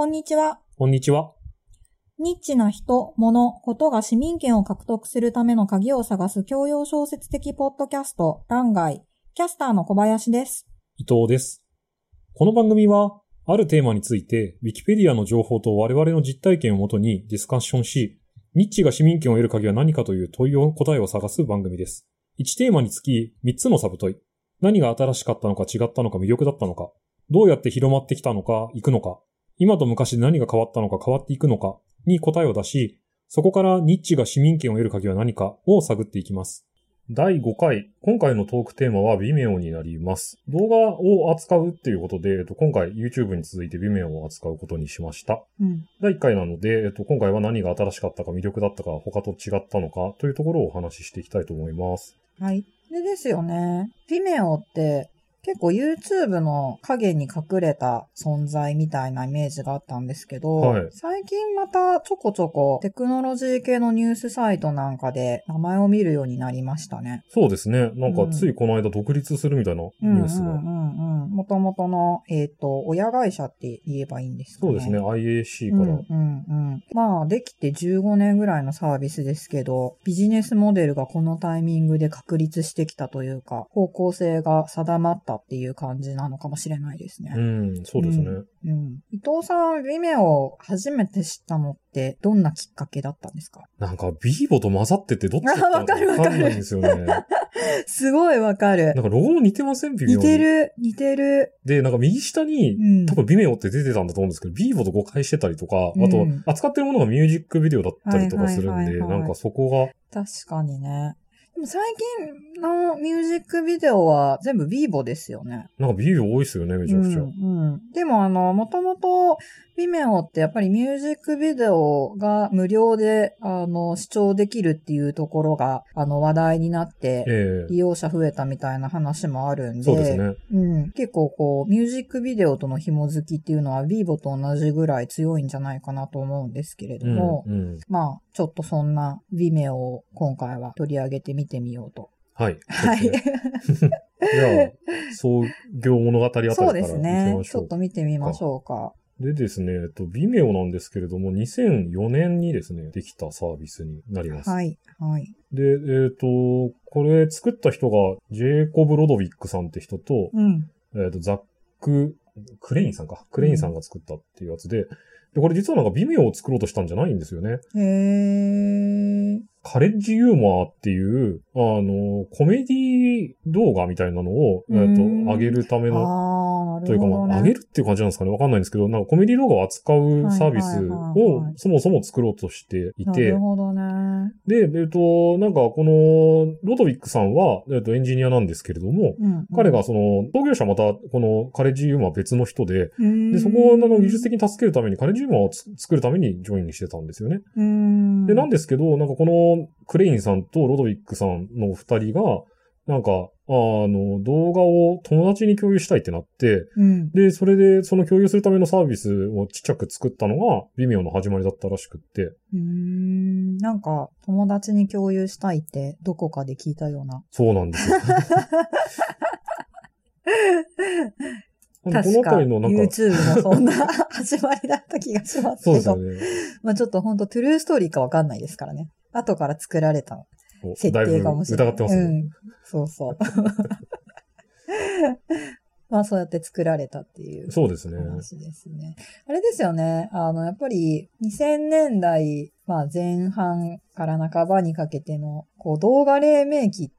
んにちは。 こんにちは。 ニッチな人、物、ことが市民権を獲得するための鍵を探す教養小説的ポッドキャスト、欄外。キャスターの小林です。 伊藤です。この番組は、あるテーマについて、Wikipedia の情報と我々の実体験をもとにディスカッションし、ニッチが市民権を得る鍵は何かという答えを探す番組です。1テーマにつき3つのサブ問い。何が新しかったのか違ったのか魅力だったのか。どうやって広まってきたのか、行くのか。今と昔で何が変わったのか変わっていくのかに答えを出し、そこからニッチが市民権を得る鍵は何かを探っていきます。第5回、今回のトークテーマは Vimeo になります。動画を扱うっていうことで、今回 YouTube に続いて Vimeo を扱うことにしました。第1回なので、今回は何が新しかったか魅力だったか他と違ったのかというところをお話ししていきたいと思います。 はい。でですよね。Vimeo って結構 YouTube の影に隠れた存在みたいなイメージがあったんですけど、 はい、 最近またちょこちょこテクノロジー系のニュースサイトなんかで名前を見るようになりましたね。 そうですね。なんかついこの間独立するみたいなニュースが。 元々の、親会社って言えばいいんですかね。 そうですね。IAC から。 まあ、できて15年ぐらいのサービスですけど、ビジネスモデルがこのタイミングで確立してきたというか、方向性が定まったっていう感じなのかもしれないですね。 そうですね。 伊藤さん、Vimeoを初めて知ったのってどんなきっかけだったんですか？ なんか Vivo と混ざっててどっちだったのかわかんないんですよね。 すごいわかる。 なんかロゴも似てません？ Vimeo に。 似てる。 で、なんか右下に、多分 Vimeo って出てたんだと思うんですけど、Vivo と誤解してたりとか、あと、扱ってるものがミュージックビデオだったりとかするんで、なんかそこが。 確かにね。でも最近のミュージックビデオは全部 Vivo ですよね。 なんか Vivo 多いですよね、めちゃくちゃ。 でももともとVimeoってやっぱりミュージックビデオが無料で視聴できるっていうところが話題になって利用者増えたみたいな話もあるんで、 そうですね。 結構こうミュージックビデオとの紐づきっていうのは Vivo と同じぐらい強いんじゃないかなと思うんですけれども、まあちょっとそんな Vimeo を今回は取り上げてみてみようと。 はい。はい。じゃあ、創業物語あたりから見てみましょうか。そうですね。 ちょっと見てみましょうか。 でですね、Vimeo なんですけれども、2004年にですね、できたサービスになります。 はい。はい。 で、これ作った人が、ジェイコブ・ロドウィックさんって人と、ザック・クレインさんか。クレインさんが作ったっていうやつで、これ実はなんか Vimeo を作ろうとしたんじゃないんですよね。カレッジユーモアっていう、コメディ動画みたいなのを、上げるための、というか、上げるっていう感じなんですかね。わかんないんですけど、なんかコメディ動画を扱うサービスをそもそも作ろうとしていて。なるほどね。 で、なんかこの、ロドウィックさんは、エンジニアなんですけれども、彼がその、創業者また、このカレッジユーモアは別の人で、そこを技術的に助けるためにカレッジユーモアを作るためにジョインしてたんですよね。で、なんですけど、なんかこのクレインさんとロドウィックさんの二人が、なんか、動画を友達に共有したいってなって、で、それでその共有するためのサービスをちっちゃく作ったのが Vimeo の始まりだったらしくって。 なんか、友達に共有したいってどこかで聞いたような。 そうなんですよ。 確か YouTube もそんな始まりだった気がしますけど。そうですよね。まあちょっと本当トゥルーストーリーかわかんないですからね。後から作られた設定かもしれない。 疑ってますね。 そうそう。まあそうやって作られたっていう話ですね。そうですね。あれですよね。やっぱり2000年代、まあ前半から半ばにかけてのこう動画黎明期って、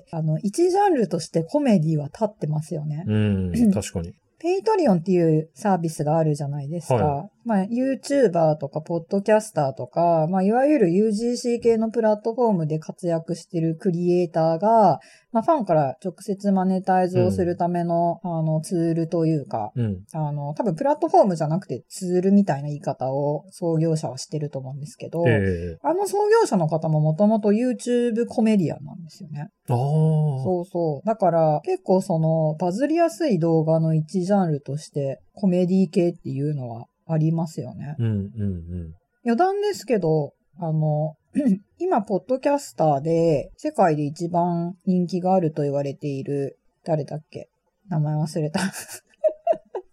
一ジャンルとしてコメディは立ってますよね。 確かに。 ペイトリオンっていうサービスがあるじゃないですか。まあ、YouTuber とか、ポッドキャスターとか、まあ、いわゆる UGC 系のプラットフォームで活躍してるクリエイターが、まあ、ファンから直接マネタイズをするための、ツールというか、多分プラットフォームじゃなくてツールみたいな言い方を創業者はしてると思うんですけど、創業者の方ももともと YouTube コメディアンなんですよね。そうそう。だから、結構その、バズりやすい動画の一ジャンルとして、コメディ系っていうのはありますよね。余談ですけど、今、ポッドキャスターで、世界で一番人気があると言われている、誰だっけ？名前忘れた。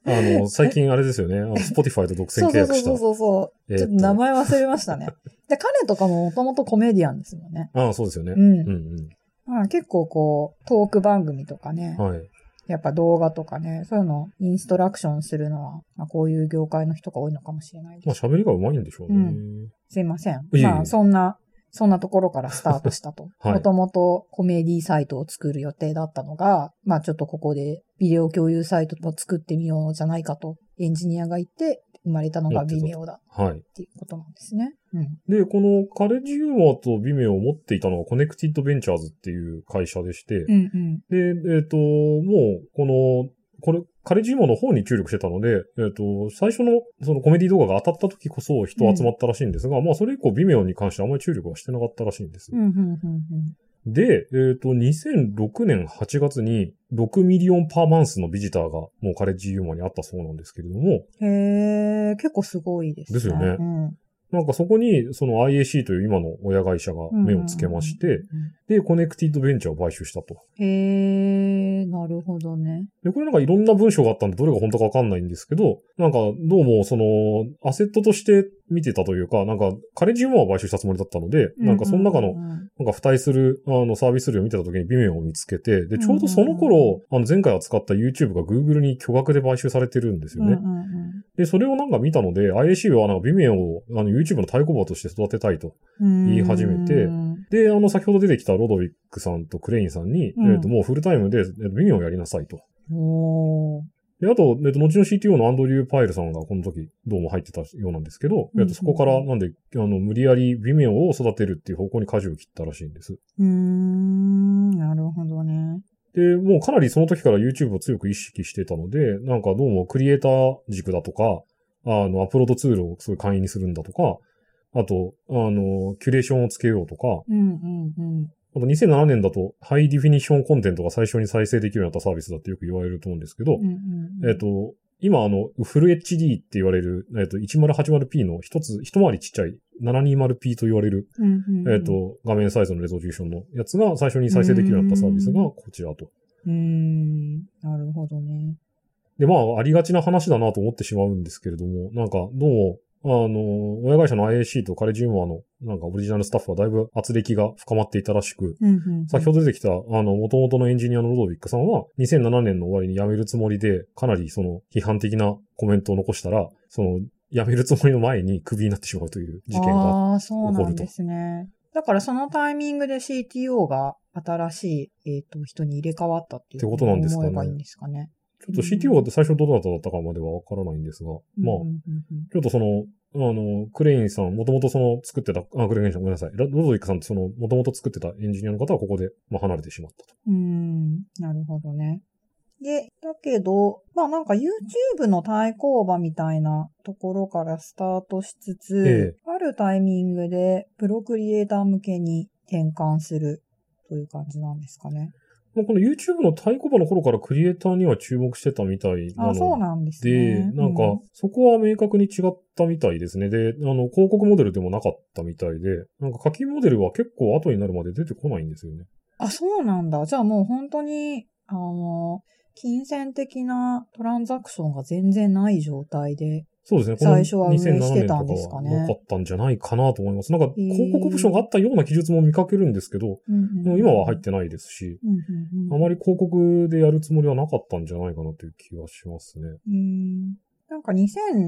最近あれですよね。Spotify と独占契約した。 そう。ちょっと名前忘れましたね。で、彼とかももともとコメディアンですもんね。 ああ、そうですよね。 結構こう、トーク番組とかね。はい。やっぱ動画とかね、そういうのをインストラクションするのは、まあこういう業界の人が多いのかもしれないです。 まあ喋りが上手いんでしょうね。 すいません。まあそんなところからスタートしたと。もともとコメディサイトを作る予定だったのが、まあちょっとここでビデオ共有サイトを作ってみようじゃないかとエンジニアがいて生まれたのが Vimeo だ。はい。っていうことなんですね。 で、このカレッジユーモアと Vimeo を持っていたのがコネクティッドベンチャーズっていう会社でして、で、もうカレッジユーモアの方に注力してたので、最初のそのコメディ動画が当たった時こそ人集まったらしいんですが、まあそれ以降 Vimeo に関してあまり注力はしてなかったらしいんです。で、2006年8月に6ミリオンパーマンスのビジターがもうカレッジユーモアにあったそうなんですけれども。 へー、結構すごいですね。 ですよね。なんかそこに、その IAC という今の親会社が目をつけまして、で、コネクティッドベンチャーを買収したと。 へー、なるほどね。 で、これなんかいろんな文章があったんで、どれが本当かわかんないんですけど、なんか、どうも、その、アセットとして見てたというか、なんか、カレッジユーモアを買収したつもりだったので、なんかその中の、なんか付帯する、サービス類を見てた時にVimeoを見つけて、で、ちょうどその頃、前回扱った YouTube が Google に巨額で買収されてるんですよね。で、それをなんか見たので、IAC はなんか Vimeo をYouTube の対抗馬として育てたいと言い始めて、で、先ほど出てきたロドウィックさんとクレインさんに、もうフルタイムでVimeoをやりなさいと。で、あと、後の CTO のアンドリュー・パイルさんがこの時どうも入ってたようなんですけど、そこからなんで、無理やりVimeoを育てるっていう方向に舵を切ったらしいんです。 なるほどね。 で、もうかなりその時から YouTube を強く意識してたので、なんかどうもクリエイター軸だとか、アップロードツールをすごい簡易にするんだとか、あと、キュレーションをつけようとか、あと2007年だとハイディフィニッションコンテントが最初に再生できるようになったサービスだってよく言われると思うんですけど、今フル HD って言われる、1080p の一回りちっちゃい 720p と言われる、画面サイズのレゾリューションのやつが最初に再生できるようになったサービスがこちらと。 なるほどね。 で、まあ、ありがちな話だなと思ってしまうんですけれども、なんか、どうも、親会社の IAC とカレッジユーモアのなんかオリジナルスタッフはだいぶ圧力が深まっていたらしく、先ほど出てきた元々のエンジニアのロドビックさんは2007年の終わりに辞めるつもりで、かなりその批判的なコメントを残したら、その辞めるつもりの前にクビになってしまうという事件が起こると。 ああ、そうなんですね。だからそのタイミングで CTO が新しい、人に入れ替わったっていうことなんですかね。思えばいいんですかね。 ちょっと CTO って最初どなただったかまではわからないんですが、まあ、ちょっとその、クレインさん、もともとその作ってた、クレインさんごめんなさい。ロドウィックさんってその、もともと作ってたエンジニアの方はここで、まあ、離れてしまったと。 なるほどね。で、だけど、まあなんか YouTube の対抗馬みたいなところからスタートしつつ、あるタイミングでプロクリエイター向けに転換するという感じなんですかね。 この YouTube の太鼓判の頃からクリエイターには注目してたみたいなので、 そうなんですね。 なんか、そこは明確に違ったみたいですね。で、広告モデルでもなかったみたいで、なんか課金モデルは結構後になるまで出てこないんですよね。 そうなんだ。じゃあもう本当に、金銭的なトランザクションが全然ない状態で、 そうですね。 最初は運営してたんですかね。 なかったんじゃないかなと思います。なんか、広告オプションがあったような記述も見かけるんですけど、今は入ってないですし、あまり広告でやるつもりはなかったんじゃないかなという気がしますね。 なんか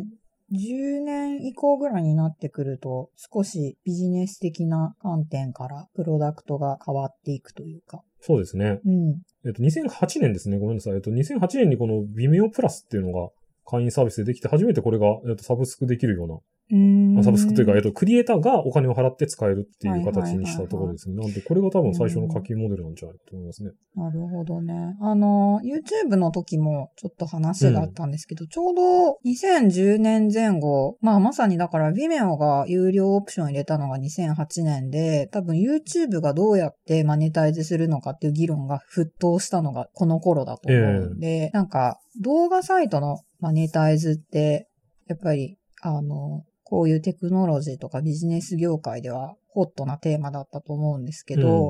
2010年以降ぐらいになってくると、少しビジネス的な観点からプロダクトが変わっていくというか。 そうですね。2008年ですね。ごめんなさい。2008年にこの Vimeo プラスっていうのが会員サービスでできて初めてこれがサブスクできるような。サブスクというか、クリエイターがお金を払って使えるっていう形にしたところですね。なんで、これが多分最初の課金モデルなんじゃないかと思いますね。 なるほどね。YouTube の時もちょっと話があったんですけど、ちょうど2010年前後、まさにだから Vimeo が有料オプション入れたのが2008年で、多分 YouTube がどうやってマネタイズするのかっていう議論が沸騰したのがこの頃だと思うんで、なんか動画サイトのマネタイズって、やっぱり、こういうテクノロジーとかビジネス業界ではホットなテーマだったと思うんですけど、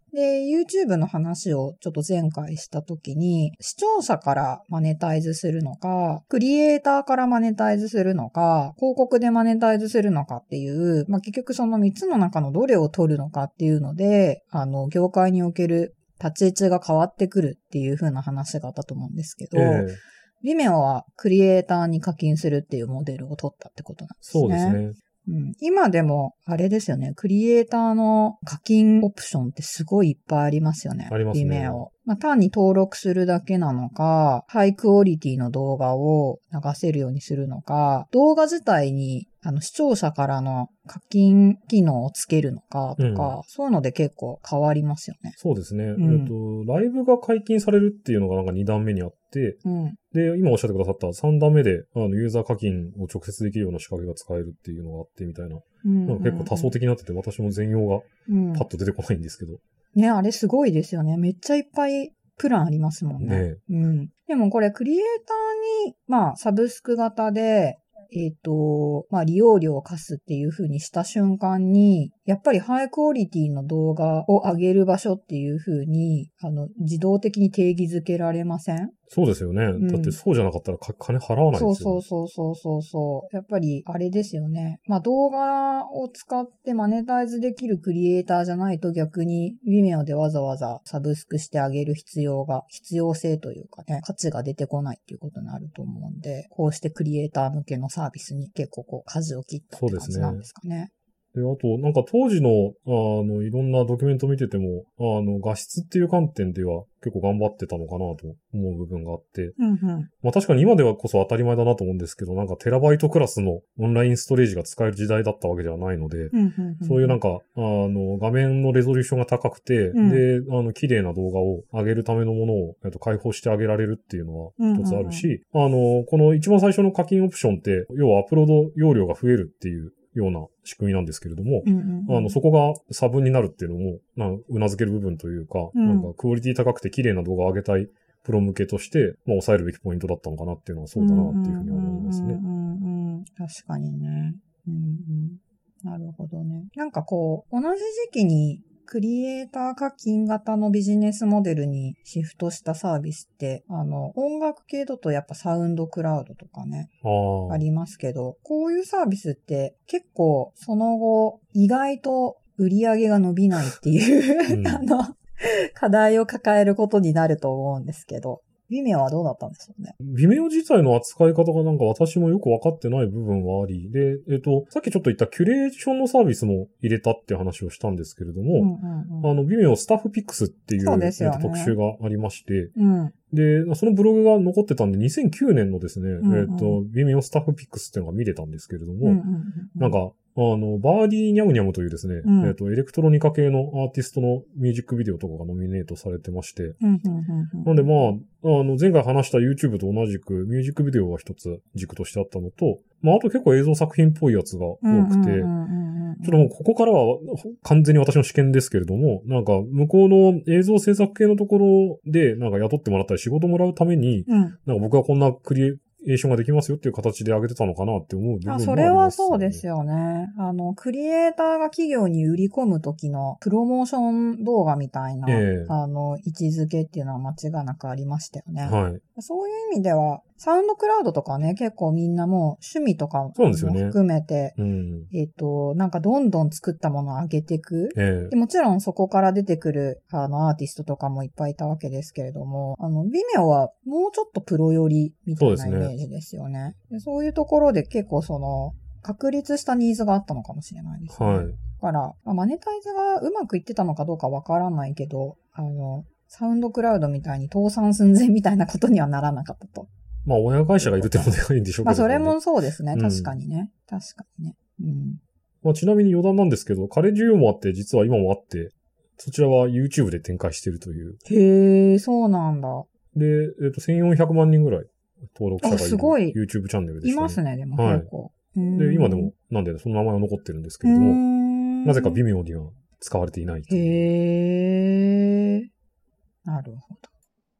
で、YouTube の話をちょっと前回したときに、視聴者からマネタイズするのか、クリエイターからマネタイズするのか、広告でマネタイズするのかっていう、結局その3つの中のどれを取るのかっていうので、業界における立ち位置が変わってくるっていう風な話があったと思うんですけど、Vimeo はクリエイターに課金するっていうモデルを取ったってことなんですね。 そうですね。 今でも、あれですよね、クリエイターの課金オプションってすごいいっぱいありますよね。 ありますね。 Vimeo。単に登録するだけなのか、ハイクオリティの動画を流せるようにするのか、動画自体に視聴者からの課金機能をつけるのかとか、そういうので結構変わりますよね。 そうですね。ライブが解禁されるっていうのがなんか2段目にあって、で、今おっしゃってくださった3段目で、ユーザー課金を直接できるような仕掛けが使えるっていうのがあってみたいな。なんか結構多層的になってて、私も全容がパッと出てこないんですけど。 ね、あれすごいですよね。めっちゃいっぱいプランありますもんね。でもこれクリエイターに、サブスク型で、利用料を課すっていう風にした瞬間に、やっぱりハイクオリティの動画を上げる場所っていう風に、自動的に定義づけられません？ そうですよね。だってそうじゃなかったら金払わないですよね。 そう。やっぱりあれですよね。動画を使ってマネタイズできるクリエイターじゃないと逆に Vimeo でわざわざサブスクしてあげる必要性というかね、価値が出てこないっていうことになると思うんで、こうしてクリエイター向けのサービスに結構舵を切ったって感じなんですかね。 で、あと、なんか当時の、いろんなドキュメント見てても、画質っていう観点では結構頑張ってたのかなと思う部分があって。確かに今ではこそ当たり前だなと思うんですけど、なんかテラバイトクラスのオンラインストレージが使える時代だったわけではないので、そういうなんか、画面のレゾリューションが高くて、で、綺麗な動画を上げるためのものを、開放してあげられるっていうのは一つあるし、この一番最初の課金オプションって、要はアップロード容量が増えるっていうような仕組みなんですけれども、そこが差分になるっていうのも、頷ける部分というか、なんかクオリティ高くて綺麗な動画を上げたいプロ向けとして、抑えるべきポイントだったのかなっていうのはそうだなっていうふうに思いますね。 確かにね。なるほどね。なんか同じ時期にクリエイター課金型のビジネスモデルにシフトしたサービスって、音楽系だとやっぱサウンドクラウドとかね、ありますけど、こういうサービスって結構その後意外と売り上げが伸びないっていう、課題を抱えることになると思うんですけど、Vimeo はどうだったんでしょうね。 Vimeo自体の扱い方がなんか私もよくわかってない部分はあり、で、さっきちょっと言ったキュレーションのサービスも入れたって話をしたんですけれども、Vimeo スタッフピックスっていう、特集がありまして、で、そのブログが残ってたんで、2009年のですね、Vimeo スタッフピックスっていうのが見れたんですけれども、なんか、バーディーニャムニャムというですね、エレクトロニカ系のアーティストのミュージックビデオとかがノミネートされてまして、なんで前回話した YouTube と同じくミュージックビデオが一つ軸としてあったのと、あと結構映像作品っぽいやつが多くて、ちょっともうここからは完全に私の試験ですけれども、なんか向こうの映像制作系のところでなんか雇ってもらったり仕事もらうために、なんか僕はこんなクリエーションができますよっていう形で上げてたのかなって思う部分もあります、ね。 それはそうですよね。クリエイターが企業に売り込む時のプロモーション動画みたいな、位置づけっていうのは間違いなくありましたよね。そういう意味では、サウンドクラウドとかね、結構みんなもう趣味とかも含めて、なんかどんどん作ったものを上げていく。でもちろんそこから出てくるアーティストとかもいっぱいいたわけですけれども、Vimeo はもうちょっとプロ寄りみたいなイメージですよね。そういうところで結構確立したニーズがあったのかもしれないですね。だから、マネタイズがうまくいってたのかどうかわからないけど、サウンドクラウドみたいに倒産寸前みたいなことにはならなかったと。 親会社がいるってことではいいんでしょうけどね。 それもそうですね。確かにね。 ちなみに余談なんですけど、彼需要もあって、実は今もあって、そちらは YouTube で展開しているという。 へー、そうなんだ。 で、1400万人ぐらい登録者がいる。 すごい。 YouTube チャンネルでしたね。 いますね、でも結構。 で、今でも、なんで、その名前は残ってるんですけれども、なぜかVimeoには使われていない。 へー。なるほど。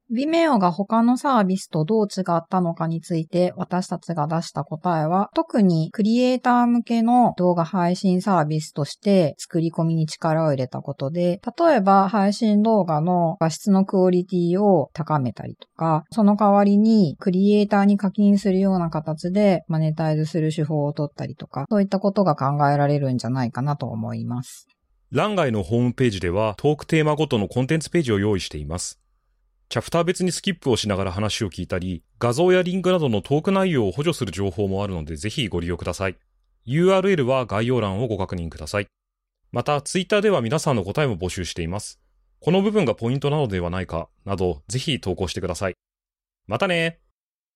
Vimeo が他のサービスとどう違ったのかについて私たちが出した答えは、特にクリエイター向けの動画配信サービスとして作り込みに力を入れたことで、例えば配信動画の画質のクオリティを高めたりとか、その代わりにクリエイターに課金するような形でマネタイズする手法を取ったりとか、そういったことが考えられるんじゃないかなと思います。 欄外のホームページではトークテーマごとのコンテンツページを用意しています。チャプター別にスキップをしながら話を聞いたり、画像やリンクなどのトーク内容を補助する情報もあるのでぜひご利用ください。URL は概要欄をご確認ください。また、ツイッターでは皆さんの答えも募集しています。この部分がポイントなのではないかなど、ぜひ投稿してください。またね。